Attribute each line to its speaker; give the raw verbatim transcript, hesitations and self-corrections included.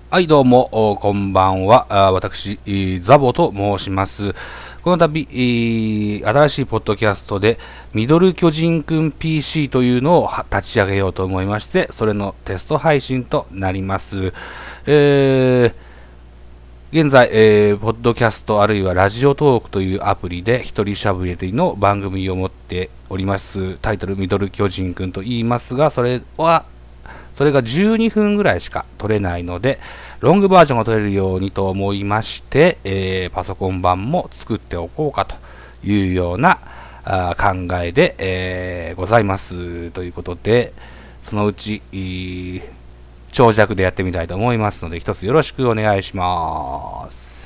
Speaker 1: はい、どうも、おこんばんは。あ私、えーザボと申します。この度、えー新しいポッドキャストで、ミドル巨人くん ピーシー というのをは立ち上げようと思いまして、それのテスト配信となります。えー現在、えーポッドキャストあるいはラジオトークというアプリで一人しゃべりの番組を持っております。タイトル、ミドル巨人くんと言いますが、それはそれがじゅうにふんぐらいしか撮れないので、ロングバージョンが撮れるようにと思いまして、えーパソコン版も作っておこうかというようなあー考えで、えーございます。ということで、そのうち、えー長尺でやってみたいと思いますので、一つよろしくお願いします。